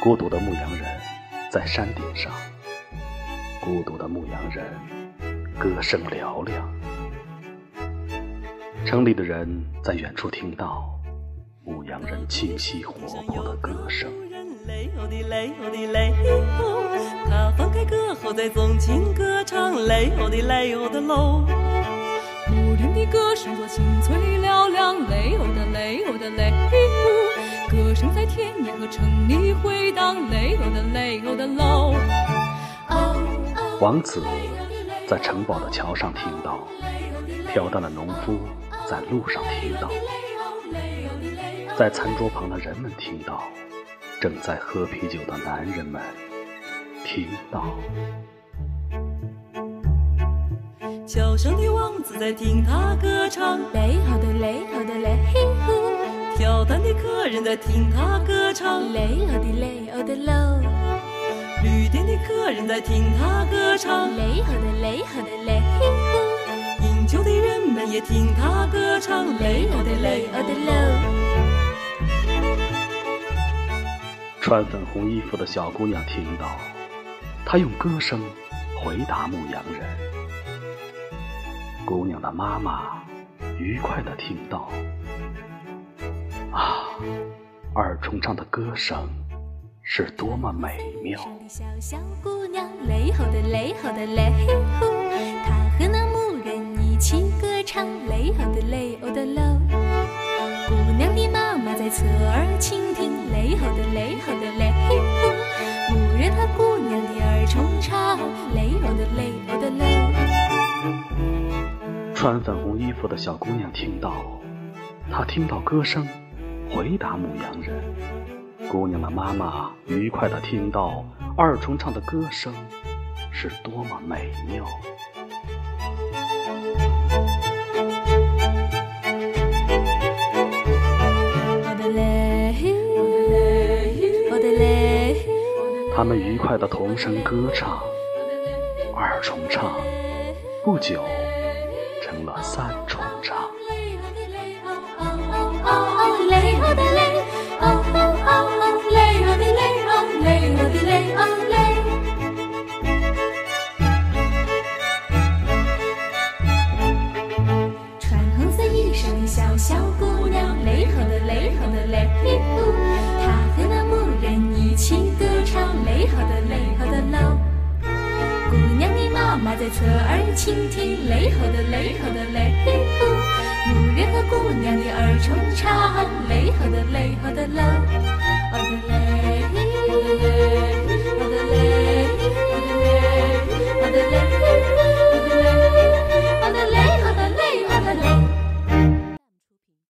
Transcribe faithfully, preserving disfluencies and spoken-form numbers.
孤独的牧羊人在山顶上，孤独的牧羊人歌声嘹亮。城里的人在远处听到牧羊人清晰活泼的歌声。 嘞哦的嘞哦的嘞哦，他放开歌后在纵情歌唱，嘞哦的嘞哦的喽。 牧人的歌声多清脆嘹亮，嘞哦的嘞哦的嘞哦，歌声在田野和城里回荡，嘞哦的嘞哦的喽。 王子在城堡的桥上听到，飘荡的农夫在路上听到，在餐桌旁的人们听到，正在喝啤酒的男人们听到。 桥上的王子在听他歌唱， 嘞哦的嘞哦的嘞哦， 挑担的客人在听他歌唱， 嘞哦的嘞哦的喽。 旅店的客人在听他歌唱， 嘞哦的嘞哦的嘞哦， 饮酒的人们也听他歌唱，嘞哦的嘞哦的喽。 穿粉红衣服的小姑娘听到，她用歌声回答牧羊人。姑娘的妈妈愉快地听到，啊，二重唱的歌声是多么美妙。 小小姑娘嘞吼的嘞吼的嘞吼，她和那牧人一起歌唱，嘞吼的嘞吼的喽。姑娘的妈妈在侧耳倾听，嘞吼的嘞吼的嘞吼，牧人和姑娘的二重唱，嘞吼的嘞吼的喽。 穿粉红衣服的小姑娘听到，她听到歌声回答牧羊人。姑娘的妈妈愉快地听到二重唱的歌声是多么美妙。他们愉快地同声歌唱，二重唱不久成了三重唱。 穿红色衣裳的小小姑娘，嘞吼的嘞吼的嘞呼，她和那牧人一起歌唱，嘞吼的嘞吼的喽。姑娘的妈妈在侧耳倾听，嘞吼的嘞吼的嘞呼，牧人和姑娘的二重唱，嘞吼的嘞吼的喽。